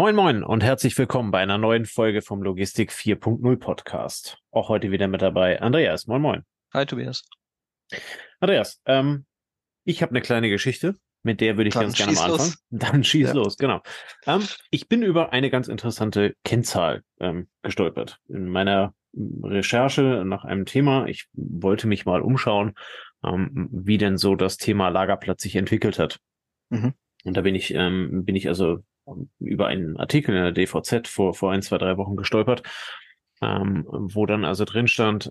Moin Moin und herzlich willkommen bei einer neuen Folge vom Logistik 4.0 Podcast. Auch heute wieder mit dabei Andreas. Moin Moin. Hi Tobias. Andreas, ich habe eine kleine Geschichte, mit der würde ich Dann ganz gerne schieß am Anfang. los. Dann schieß Ja. los, genau. Ich bin über eine ganz interessante Kennzahl gestolpert. In meiner Recherche nach einem Thema, ich wollte mich mal umschauen, wie denn so das Thema Lagerplatz sich entwickelt hat. Mhm. Und da bin ich also über einen Artikel in der DVZ vor 1, 2, 3 Wochen gestolpert, wo dann also drin stand,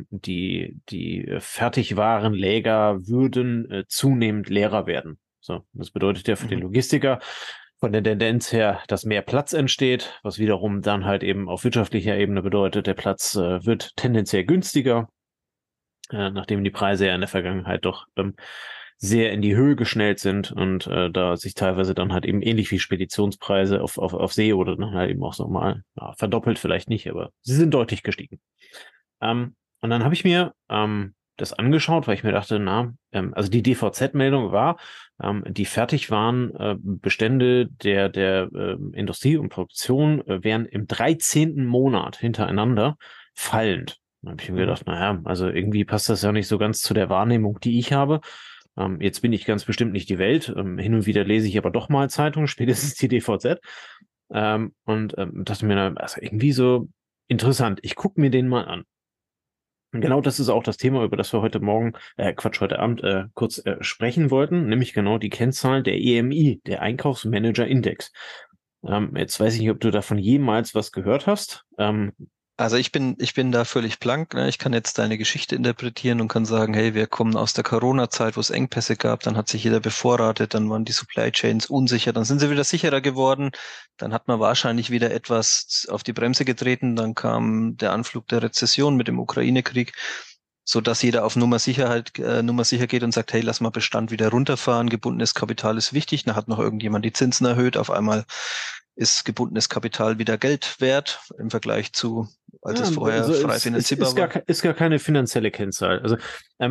die Fertigwarenläger würden zunehmend leerer werden. So, das bedeutet ja für den Mhm. Logistiker von der Tendenz her, dass mehr Platz entsteht, was wiederum dann halt eben auf wirtschaftlicher Ebene bedeutet, der Platz wird tendenziell günstiger, nachdem die Preise ja in der Vergangenheit doch sehr in die Höhe geschnellt sind und da sich teilweise dann halt eben ähnlich wie Speditionspreise auf See oder dann halt eben auch so mal verdoppelt vielleicht nicht, aber sie sind deutlich gestiegen. Und dann habe ich mir das angeschaut, weil ich mir dachte, also die DVZ-Meldung war, die Fertigwarenbestände der Industrie und Produktion wären im 13. Monat hintereinander fallend. Dann habe ich mir Mhm. gedacht, also irgendwie passt das ja nicht so ganz zu der Wahrnehmung, die ich habe. Jetzt bin ich ganz bestimmt nicht die Welt. Hin und wieder lese ich aber doch mal Zeitungen, spätestens die DVZ. Und dachte mir, also irgendwie so interessant. Ich gucke mir den mal an. Und genau das ist auch das Thema, über das wir heute Abend kurz sprechen wollten, nämlich genau die Kennzahl der EMI, der Einkaufsmanager Index. Jetzt weiß ich nicht, ob du davon jemals was gehört hast. Also ich bin da völlig blank, ne? Ich kann jetzt deine Geschichte interpretieren und kann sagen, hey, wir kommen aus der Corona-Zeit, wo es Engpässe gab, dann hat sich jeder bevorratet, dann waren die Supply Chains unsicher, dann sind sie wieder sicherer geworden, dann hat man wahrscheinlich wieder etwas auf die Bremse getreten, dann kam der Anflug der Rezession mit dem Ukraine-Krieg, so dass jeder auf Nummer sicher geht und sagt, hey, lass mal Bestand wieder runterfahren, gebundenes Kapital ist wichtig, dann hat noch irgendjemand die Zinsen erhöht, auf einmal ist gebundenes Kapital wieder Geld wert im Vergleich zu, als es vorher also frei es finanzierbar war. ist gar keine finanzielle Kennzahl. Also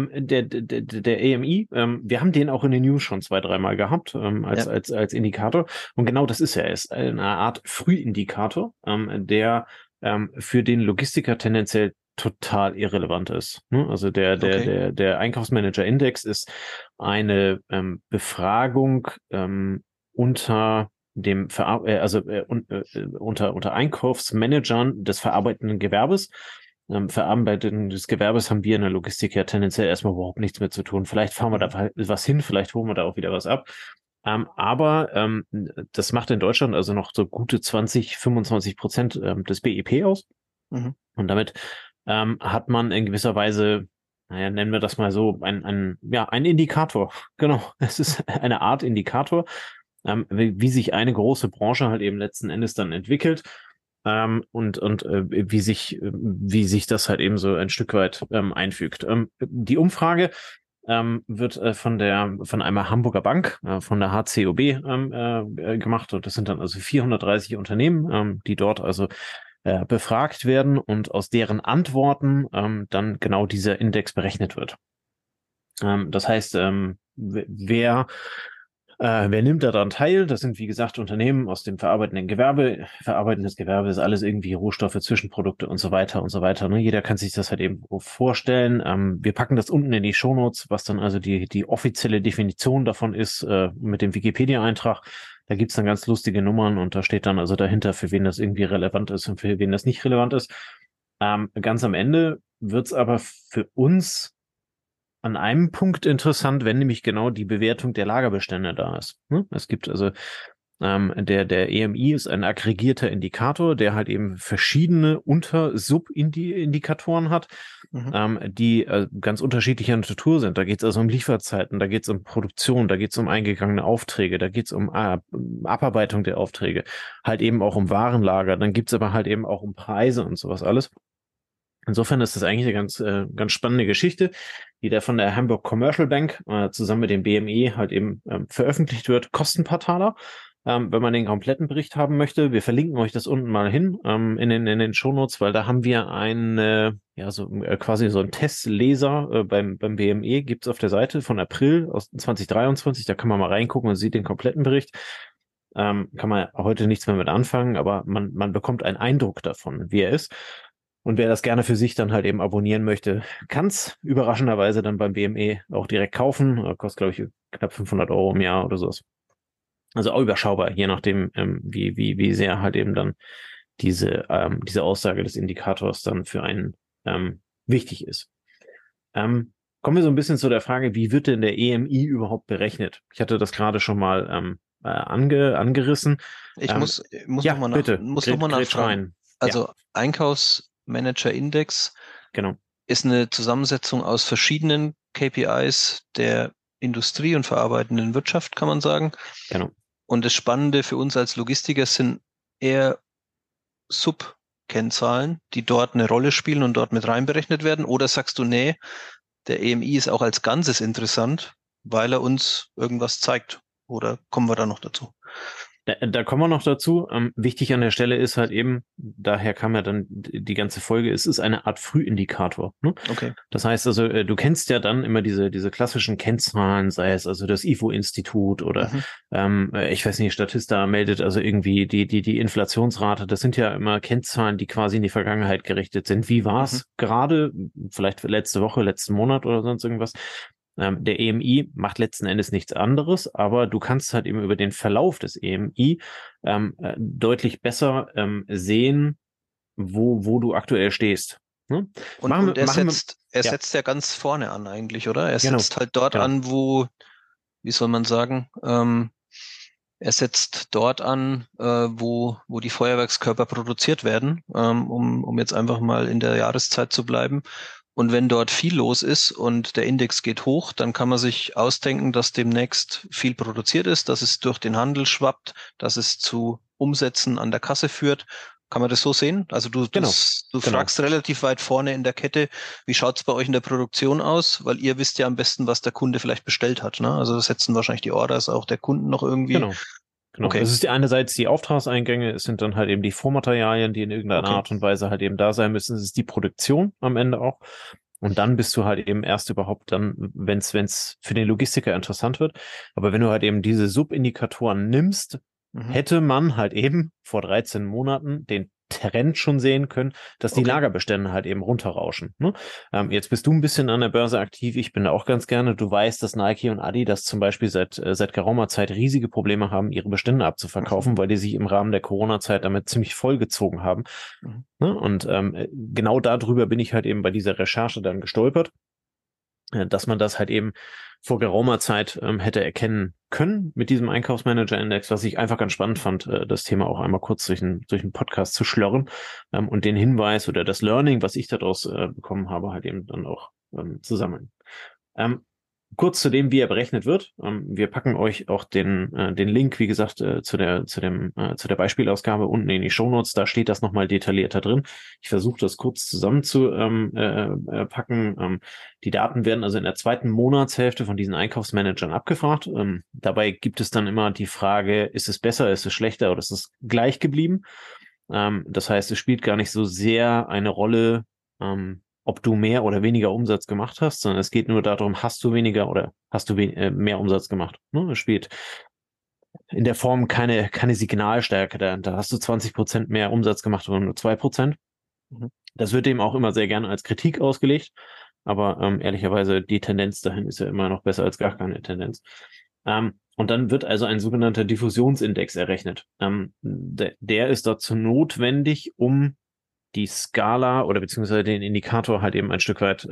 der EMI, wir haben den auch in den News schon 2, 3 Mal gehabt Ja, als Indikator. Und genau das ist er. Er ist eine Art Frühindikator, der für den Logistiker tendenziell total irrelevant ist. Ne? Also okay. der Einkaufsmanager-Index ist eine Befragung unter dem unter Einkaufsmanagern des verarbeitenden Gewerbes. Verarbeitendes Gewerbes haben wir in der Logistik ja tendenziell erstmal überhaupt nichts mit zu tun. Vielleicht fahren wir Mhm. da was hin, vielleicht holen wir da auch wieder was ab. Aber das macht in Deutschland also noch so gute 20, 25% des BIP aus. Mhm. Und damit hat man in gewisser Weise, nennen wir das mal so, ein Indikator. Genau, es ist eine Art Indikator, wie sich eine große Branche halt eben letzten Endes dann entwickelt, und wie sich das halt eben so ein Stück weit einfügt. Die Umfrage wird von einer Hamburger Bank, von der HCOB gemacht, und das sind dann also 430 Unternehmen, die dort also befragt werden und aus deren Antworten dann genau dieser Index berechnet wird. Das heißt, wer nimmt daran teil? Das sind, wie gesagt, Unternehmen aus dem verarbeitenden Gewerbe. Verarbeitendes Gewerbe ist alles irgendwie Rohstoffe, Zwischenprodukte und so weiter und so weiter. Ne? Jeder kann sich das halt eben vorstellen. Wir packen das unten in die Shownotes, was dann also die offizielle Definition davon ist, mit dem Wikipedia-Eintrag. Da gibt's dann ganz lustige Nummern und da steht dann also dahinter, für wen das irgendwie relevant ist und für wen das nicht relevant ist. Ganz am Ende wird's aber für uns an einem Punkt interessant, wenn nämlich genau die Bewertung der Lagerbestände da ist. Ne? Es gibt also der EMI ist ein aggregierter Indikator, der halt eben verschiedene Sub-Indikatoren hat, Mhm. die ganz unterschiedlicher Natur sind. Da geht es also um Lieferzeiten, da geht es um Produktion, da geht es um eingegangene Aufträge, da geht es um Abarbeitung der Aufträge, halt eben auch um Warenlager, dann gibt es aber halt eben auch um Preise und sowas alles. Insofern ist das eigentlich eine ganz spannende Geschichte, die da von der Hamburg Commercial Bank zusammen mit dem BME halt eben veröffentlicht wird. Kostet ein paar Taler, wenn man den kompletten Bericht haben möchte. Wir verlinken euch das unten mal hin in den Shownotes, weil da haben wir quasi so einen Testleser beim BME, gibt's auf der Seite von April aus 2023. Da kann man mal reingucken und sieht den kompletten Bericht. kann man heute nichts mehr mit anfangen, aber man bekommt einen Eindruck davon, wie er ist. Und wer das gerne für sich dann halt eben abonnieren möchte, kann es überraschenderweise dann beim BME auch direkt kaufen. Kostet, glaube ich, knapp 500 Euro im Jahr oder sowas. Also auch überschaubar, je nachdem, wie sehr halt eben dann diese Aussage des Indikators dann für einen wichtig ist. Kommen wir so ein bisschen zu der Frage, wie wird denn der EMI überhaupt berechnet? Ich hatte das gerade schon mal angerissen. Ich muss Ja, noch mal bitte, nachfragen. rein. Also Einkaufsmanager-Index Genau, ist eine Zusammensetzung aus verschiedenen KPIs der Industrie- und verarbeitenden Wirtschaft, kann man sagen. genau. Und das Spannende für uns als Logistiker sind eher Sub-Kennzahlen, die dort eine Rolle spielen und dort mit reinberechnet werden. Oder sagst du, nee, der EMI ist auch als Ganzes interessant, weil er uns irgendwas zeigt? Oder kommen wir da noch dazu? Da kommen wir noch dazu. Wichtig an der Stelle ist halt eben, daher kam ja dann die ganze Folge, es ist eine Art Frühindikator. Ne? Okay. Das heißt also, du kennst ja dann immer diese klassischen Kennzahlen, sei es also das IFO-Institut oder ich weiß nicht, Statista meldet also irgendwie die Inflationsrate. Das sind ja immer Kennzahlen, die quasi in die Vergangenheit gerichtet sind. Wie war es gerade, vielleicht letzte Woche, letzten Monat oder sonst irgendwas? Der EMI macht letzten Endes nichts anderes, aber du kannst halt eben über den Verlauf des EMI deutlich besser sehen, wo du aktuell stehst. Ne? Und er setzt ja ganz vorne an eigentlich, oder? Er Genau, setzt halt dort genau. an, wie soll man sagen, er setzt dort an, wo die Feuerwerkskörper produziert werden, um jetzt einfach mal in der Jahreszeit zu bleiben. Und wenn dort viel los ist und der Index geht hoch, dann kann man sich ausdenken, dass demnächst viel produziert ist, dass es durch den Handel schwappt, dass es zu Umsätzen an der Kasse führt. Kann man das so sehen? Also du Genau. fragst relativ weit vorne in der Kette, wie schaut's bei euch in der Produktion aus? Weil ihr wisst ja am besten, was der Kunde vielleicht bestellt hat. Ne? Also das setzen wahrscheinlich die Orders auch der Kunden noch irgendwie. Genau. Okay. Es ist einerseits die Auftragseingänge, es sind dann halt eben die Vormaterialien, die in irgendeiner Art und Weise halt eben da sein müssen. Es ist die Produktion am Ende auch. Und dann bist du halt eben erst überhaupt dann, wenn es für den Logistiker interessant wird. Aber wenn du halt eben diese Subindikatoren nimmst, hätte man halt eben vor 13 Monaten den Trend schon sehen können, dass die Lagerbestände halt eben runterrauschen. Ne? Jetzt bist du ein bisschen an der Börse aktiv, ich bin da auch ganz gerne. Du weißt, dass Nike und Adidas zum Beispiel seit geraumer Zeit riesige Probleme haben, ihre Bestände abzuverkaufen, weil die sich im Rahmen der Corona-Zeit damit ziemlich vollgezogen haben. Ne? Und genau darüber bin ich halt eben bei dieser Recherche dann gestolpert, dass man das halt eben vor geraumer Zeit hätte erkennen können mit diesem Einkaufsmanager-Index, was ich einfach ganz spannend fand, das Thema auch einmal kurz durch einen Podcast zu schlörren und den Hinweis oder das Learning, was ich daraus bekommen habe, halt eben dann auch zu sammeln. Kurz zu dem, wie er berechnet wird. Wir packen euch auch den Link, wie gesagt, zu der Beispielausgabe unten in die Shownotes. Da steht das nochmal detaillierter drin. Ich versuche das kurz zusammen zu packen. Die Daten werden also in der zweiten Monatshälfte von diesen Einkaufsmanagern abgefragt. Dabei gibt es dann immer die Frage, ist es besser, ist es schlechter oder ist es gleich geblieben? Das heißt, es spielt gar nicht so sehr eine Rolle, ob du mehr oder weniger Umsatz gemacht hast, sondern es geht nur darum, hast du weniger oder hast du mehr Umsatz gemacht. Ne? Es spielt in der Form keine Signalstärke. Da hast du 20% mehr Umsatz gemacht oder nur 2%. Das wird eben auch immer sehr gerne als Kritik ausgelegt, aber ehrlicherweise die Tendenz dahin ist ja immer noch besser als gar keine Tendenz. Und dann wird also ein sogenannter Diffusionsindex errechnet. Der ist dazu notwendig, um die Skala oder beziehungsweise den Indikator halt eben ein Stück weit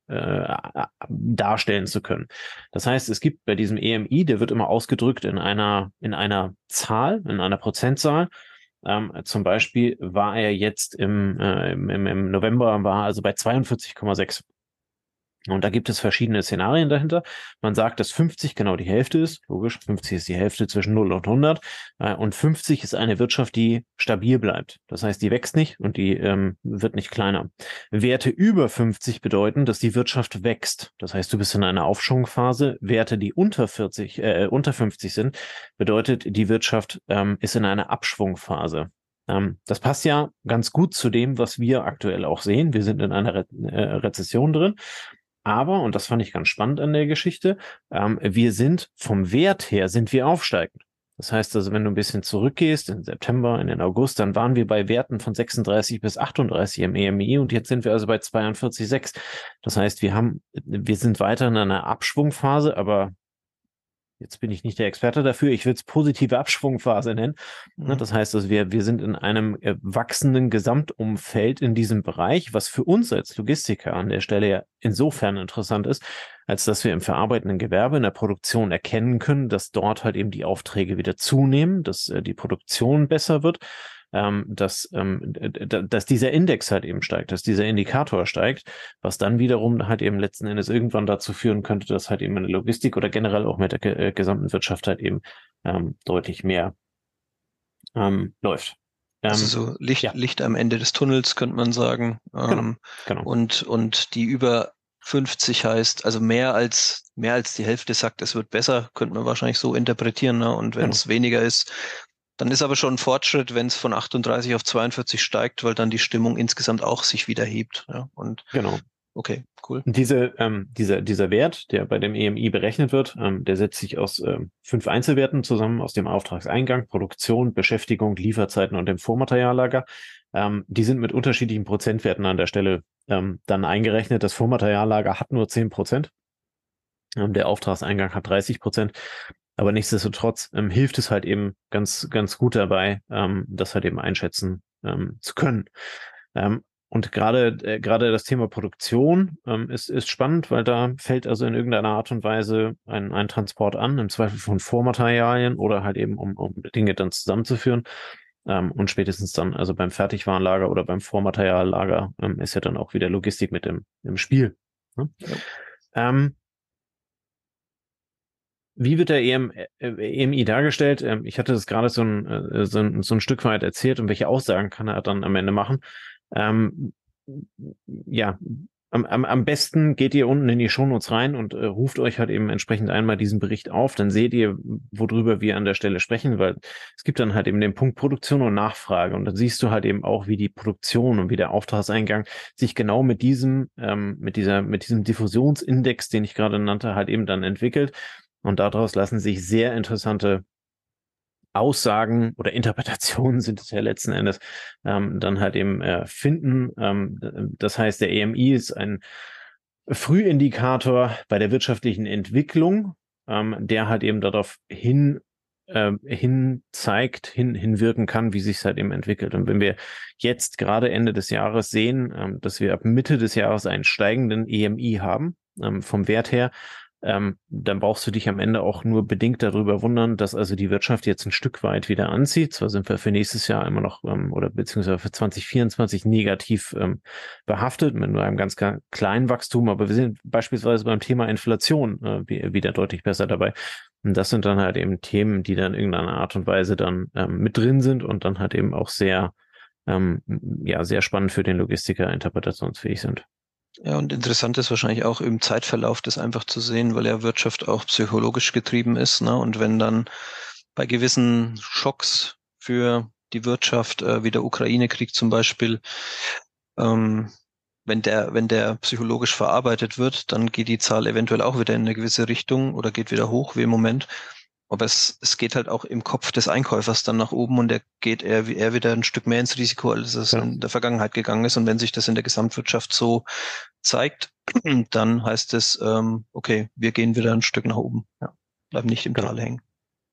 darstellen zu können. Das heißt, es gibt bei diesem EMI, der wird immer ausgedrückt in einer Zahl, in einer Prozentzahl. Zum Beispiel war er jetzt im November, war also bei 42,6. Und da gibt es verschiedene Szenarien dahinter. Man sagt, dass 50 genau die Hälfte ist. Logisch, 50 ist die Hälfte zwischen 0 und 100. Und 50 ist eine Wirtschaft, die stabil bleibt. Das heißt, die wächst nicht und die wird nicht kleiner. Werte über 50 bedeuten, dass die Wirtschaft wächst. Das heißt, du bist in einer Aufschwungphase. Werte, die unter 50 sind, bedeutet, die Wirtschaft ist in einer Abschwungphase. Das passt ja ganz gut zu dem, was wir aktuell auch sehen. Wir sind in einer Rezession drin. Aber, und das fand ich ganz spannend an der Geschichte, wir sind vom Wert her, sind wir aufsteigend. Das heißt also, wenn du ein bisschen zurückgehst, in September, in den August, dann waren wir bei Werten von 36 bis 38 im EMI und jetzt sind wir also bei 42,6. Das heißt, wir sind weiter in einer Abschwungphase, aber jetzt bin ich nicht der Experte dafür, ich will es positive Abschwungphase nennen. Mhm. Das heißt, also wir sind in einem wachsenden Gesamtumfeld in diesem Bereich, was für uns als Logistiker an der Stelle ja insofern interessant ist, als dass wir im verarbeitenden Gewerbe, in der Produktion erkennen können, dass dort halt eben die Aufträge wieder zunehmen, dass die Produktion besser wird, dass dieser Index halt eben steigt, dass dieser Indikator steigt, was dann wiederum halt eben letzten Endes irgendwann dazu führen könnte, dass halt eben in der Logistik oder generell auch mit der gesamten Wirtschaft halt eben deutlich mehr läuft. Also so Ja, Licht am Ende des Tunnels, könnte man sagen. genau. Und die über 50 heißt, also mehr als die Hälfte sagt, es wird besser, könnte man wahrscheinlich so interpretieren. Ne? Und wenn Genau. es weniger ist, dann ist aber schon ein Fortschritt, wenn es von 38 auf 42 steigt, weil dann die Stimmung insgesamt auch sich wieder hebt. Ja? Und Genau. okay, cool. Dieser Wert, der bei dem EMI berechnet wird, der setzt sich aus 5 Einzelwerten zusammen, aus dem Auftragseingang, Produktion, Beschäftigung, Lieferzeiten und dem Vormateriallager. Die sind mit unterschiedlichen Prozentwerten an der Stelle dann eingerechnet. Das Vormateriallager hat nur 10%. Der Auftragseingang hat 30%. Aber nichtsdestotrotz hilft es halt eben ganz, ganz gut dabei, das halt eben einschätzen zu können. Und gerade das Thema Produktion ist spannend, weil da fällt also in irgendeiner Art und Weise ein Transport an, im Zweifel von Vormaterialien oder halt eben, um Dinge dann zusammenzuführen. Und spätestens dann, also beim Fertigwarenlager oder beim Vormateriallager, ist ja dann auch wieder Logistik mit im Spiel. Ne? Ja. Wie wird der EMI dargestellt? Ich hatte das gerade so ein Stück weit erzählt und welche Aussagen kann er dann am Ende machen? Ähm, ja, am besten geht ihr unten in die Shownotes rein und ruft euch halt eben entsprechend einmal diesen Bericht auf. Dann seht ihr, worüber wir an der Stelle sprechen, weil es gibt dann halt eben den Punkt Produktion und Nachfrage und dann siehst du halt eben auch, wie die Produktion und wie der Auftragseingang sich genau mit diesem Diffusionsindex, den ich gerade nannte, halt eben dann entwickelt. Und daraus lassen sich sehr interessante Aussagen oder Interpretationen sind es ja letzten Endes dann halt eben finden. Das heißt, der EMI ist ein Frühindikator bei der wirtschaftlichen Entwicklung, der halt eben darauf hinwirken kann, wie sich es halt eben entwickelt. Und wenn wir jetzt gerade Ende des Jahres sehen, dass wir ab Mitte des Jahres einen steigenden EMI haben, vom Wert her, dann brauchst du dich am Ende auch nur bedingt darüber wundern, dass also die Wirtschaft jetzt ein Stück weit wieder anzieht. Zwar sind wir für nächstes Jahr immer noch oder beziehungsweise für 2024 negativ behaftet mit nur einem ganz kleinen Wachstum, aber wir sind beispielsweise beim Thema Inflation wieder deutlich besser dabei. Und das sind dann halt eben Themen, die dann in irgendeiner Art und Weise dann mit drin sind und dann halt eben auch sehr spannend für den Logistiker interpretationsfähig sind. Ja, und interessant ist wahrscheinlich auch im Zeitverlauf das einfach zu sehen, weil ja Wirtschaft auch psychologisch getrieben ist, ne? Und wenn dann bei gewissen Schocks für die Wirtschaft, wie der Ukraine-Krieg zum Beispiel, ähm, wenn der psychologisch verarbeitet wird, dann geht die Zahl eventuell auch wieder in eine gewisse Richtung oder geht wieder hoch, wie im Moment. Aber es geht halt auch im Kopf des Einkäufers dann nach oben und er geht eher wieder ein Stück mehr ins Risiko, als es Ja. in der Vergangenheit gegangen ist. Und wenn sich das in der Gesamtwirtschaft so zeigt, dann heißt es, okay, wir gehen wieder ein Stück nach oben. Ja, bleiben nicht im Genau. Tal hängen.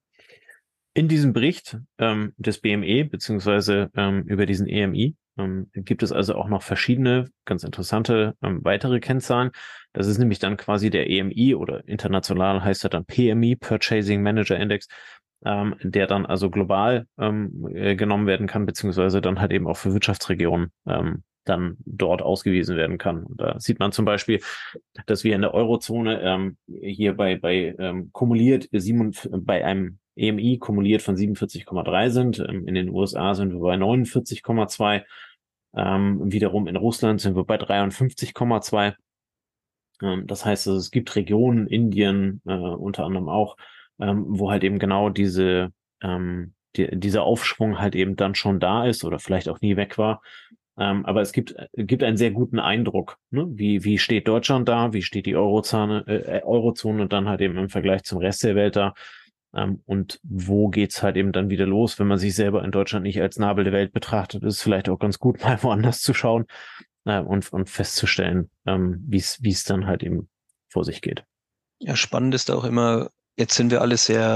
In diesem Bericht des BME beziehungsweise über diesen EMI gibt es also auch noch verschiedene ganz interessante weitere Kennzahlen. Das ist nämlich dann quasi der EMI oder international heißt er dann PMI, Purchasing Manager Index, der dann also global genommen werden kann, beziehungsweise dann halt eben auch für Wirtschaftsregionen dann dort ausgewiesen werden kann. Und da sieht man zum Beispiel, dass wir in der Eurozone hier bei kumuliert bei einem EMI kumuliert von 47,3 sind. In den USA sind wir bei 49,2. Wiederum in Russland sind wir bei 53,2. Das heißt, also, es gibt Regionen, Indien unter anderem auch, wo halt eben genau dieser Aufschwung halt eben dann schon da ist oder vielleicht auch nie weg war. Aber es gibt einen sehr guten Eindruck, ne? Wie steht Deutschland da? Wie steht die Eurozone dann halt eben im Vergleich zum Rest der Welt da? Und wo geht's halt eben dann wieder los, wenn man sich selber in Deutschland nicht als Nabel der Welt betrachtet, ist es vielleicht auch ganz gut, mal woanders zu schauen und festzustellen, wie es dann halt eben vor sich geht. Ja, spannend ist auch immer, jetzt sind wir alle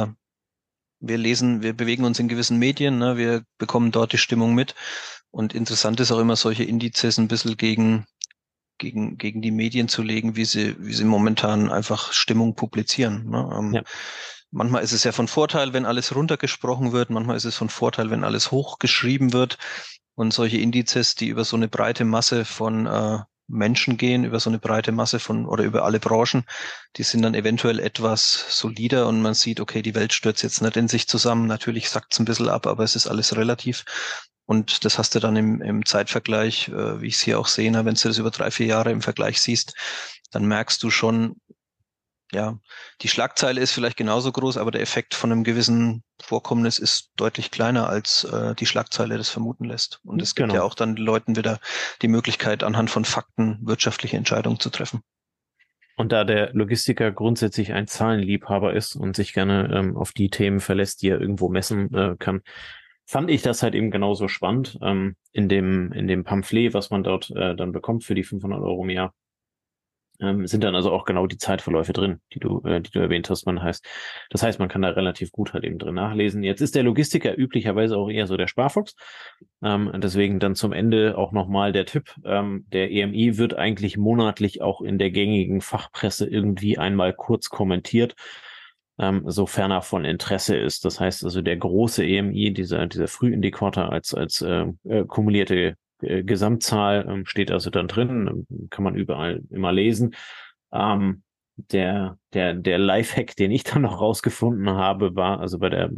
wir bewegen uns in gewissen Medien, ne, wir bekommen dort die Stimmung mit. Und interessant ist auch immer, solche Indizes ein bisschen gegen die Medien zu legen, wie sie momentan einfach Stimmung publizieren. Ne? Ja. Manchmal ist es ja von Vorteil, wenn alles runtergesprochen wird, manchmal ist es von Vorteil, wenn alles hochgeschrieben wird. Und solche Indizes, die über so eine breite Masse von Menschen gehen, über so eine breite Masse oder über alle Branchen, die sind dann eventuell etwas solider und man sieht, okay, die Welt stürzt jetzt nicht in sich zusammen. Natürlich sackt es ein bisschen ab, aber es ist alles relativ. Und das hast du dann im Zeitvergleich, wie ich es hier auch sehe, wenn du das über 3-4 Jahre im Vergleich siehst, dann merkst du schon, ja, die Schlagzeile ist vielleicht genauso groß, aber der Effekt von einem gewissen Vorkommnis ist deutlich kleiner, als die Schlagzeile das vermuten lässt. Und es gibt ja auch dann Leuten wieder die Möglichkeit, anhand von Fakten wirtschaftliche Entscheidungen zu treffen. Und da der Logistiker grundsätzlich ein Zahlenliebhaber ist und sich gerne auf die Themen verlässt, die er irgendwo messen kann, fand ich das halt eben genauso spannend. In dem Pamphlet, was man dort dann bekommt für die 500 € im Jahr, sind dann also auch genau die Zeitverläufe drin, die du erwähnt hast. Das heißt, man kann da relativ gut halt eben drin nachlesen. Jetzt ist der Logistiker üblicherweise auch eher so der Sparfuchs. Deswegen dann zum Ende auch nochmal der Tipp. Der EMI wird eigentlich monatlich auch in der gängigen Fachpresse irgendwie einmal kurz kommentiert, sofern er von Interesse ist. Das heißt also, der große EMI, dieser Frühindikator als kumulierte Gesamtzahl steht also dann drin, kann man überall immer lesen. Der Lifehack, den ich dann noch rausgefunden habe, war also bei der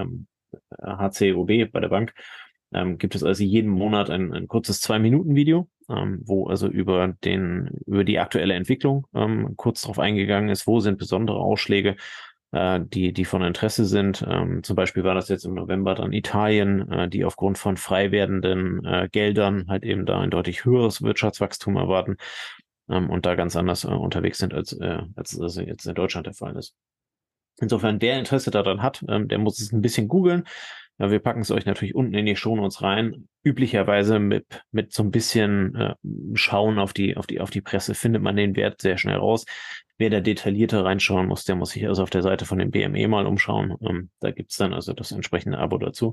HCOB, bei der Bank, gibt es also jeden Monat ein kurzes 2-Minuten-Video, wo also über die aktuelle Entwicklung kurz drauf eingegangen ist, wo sind besondere Ausschläge, die von Interesse sind. Zum Beispiel war das jetzt im November dann Italien, die aufgrund von frei werdenden Geldern halt eben da ein deutlich höheres Wirtschaftswachstum erwarten und da ganz anders unterwegs sind, als das jetzt in Deutschland der Fall ist. Insofern, der Interesse daran hat, der muss es ein bisschen googeln. Ja, wir packen es euch natürlich unten in die Shownotes rein. Üblicherweise mit so ein bisschen Schauen auf die Presse findet man den Wert sehr schnell raus. Wer da detaillierter reinschauen muss, der muss sich also auf der Seite von dem BME mal umschauen. Da gibt's dann also das entsprechende Abo dazu.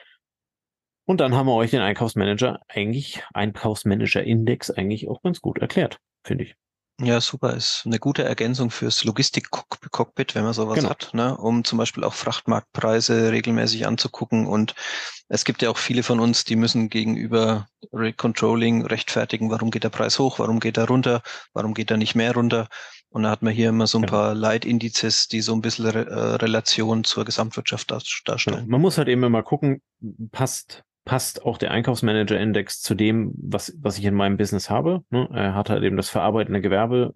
Und dann haben wir euch den Einkaufsmanager-Index eigentlich auch ganz gut erklärt, finde ich. Ja, super. Ist eine gute Ergänzung fürs Logistik-Cockpit, wenn man sowas hat, ne? Um zum Beispiel auch Frachtmarktpreise regelmäßig anzugucken. Und es gibt ja auch viele von uns, die müssen gegenüber Controlling rechtfertigen, warum geht der Preis hoch, warum geht er runter, warum geht er nicht mehr runter. Und da hat man hier immer so ein paar Leitindizes, die so ein bisschen Relation zur Gesamtwirtschaft darstellen. Genau. Man muss halt eben immer gucken, passt auch der Einkaufsmanager-Index zu dem, was ich in meinem Business habe. Ne? Er hat halt eben das verarbeitende Gewerbe.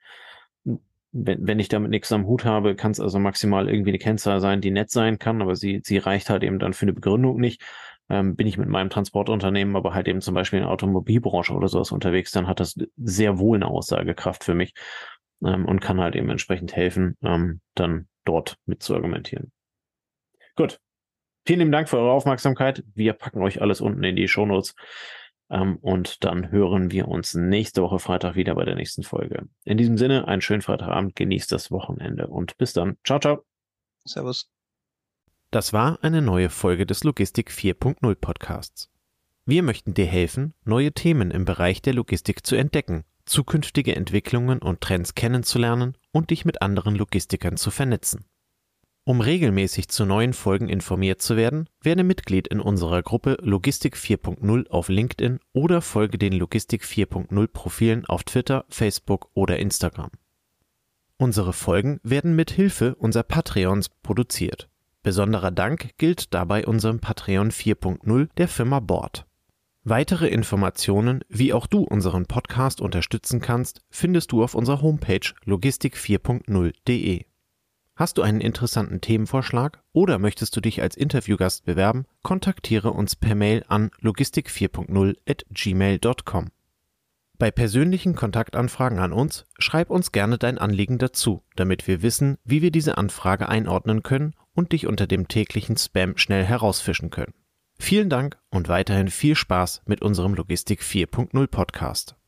Wenn ich damit nichts am Hut habe, kann es also maximal irgendwie eine Kennzahl sein, die nett sein kann, aber sie reicht halt eben dann für eine Begründung nicht. Bin ich mit meinem Transportunternehmen aber halt eben zum Beispiel in der Automobilbranche oder sowas unterwegs, dann hat das sehr wohl eine Aussagekraft für mich und kann halt eben entsprechend helfen, dann dort mit zu argumentieren. Gut. Vielen lieben Dank für eure Aufmerksamkeit. Wir packen euch alles unten in die Shownotes. Und dann hören wir uns nächste Woche Freitag wieder bei der nächsten Folge. In diesem Sinne, einen schönen Freitagabend, genießt das Wochenende und bis dann. Ciao, ciao. Servus. Das war eine neue Folge des Logistik 4.0 Podcasts. Wir möchten dir helfen, neue Themen im Bereich der Logistik zu entdecken, zukünftige Entwicklungen und Trends kennenzulernen und dich mit anderen Logistikern zu vernetzen. Um regelmäßig zu neuen Folgen informiert zu werden, werde Mitglied in unserer Gruppe Logistik 4.0 auf LinkedIn oder folge den Logistik 4.0 Profilen auf Twitter, Facebook oder Instagram. Unsere Folgen werden mit Hilfe unserer Patreons produziert. Besonderer Dank gilt dabei unserem Patreon 4.0 der Firma Board. Weitere Informationen, wie auch du unseren Podcast unterstützen kannst, findest du auf unserer Homepage logistik4.0.de. Hast du einen interessanten Themenvorschlag oder möchtest du dich als Interviewgast bewerben, kontaktiere uns per Mail an logistik4.0@gmail.com. Bei persönlichen Kontaktanfragen an uns, schreib uns gerne dein Anliegen dazu, damit wir wissen, wie wir diese Anfrage einordnen können und dich unter dem täglichen Spam schnell herausfischen können. Vielen Dank und weiterhin viel Spaß mit unserem Logistik 4.0 Podcast.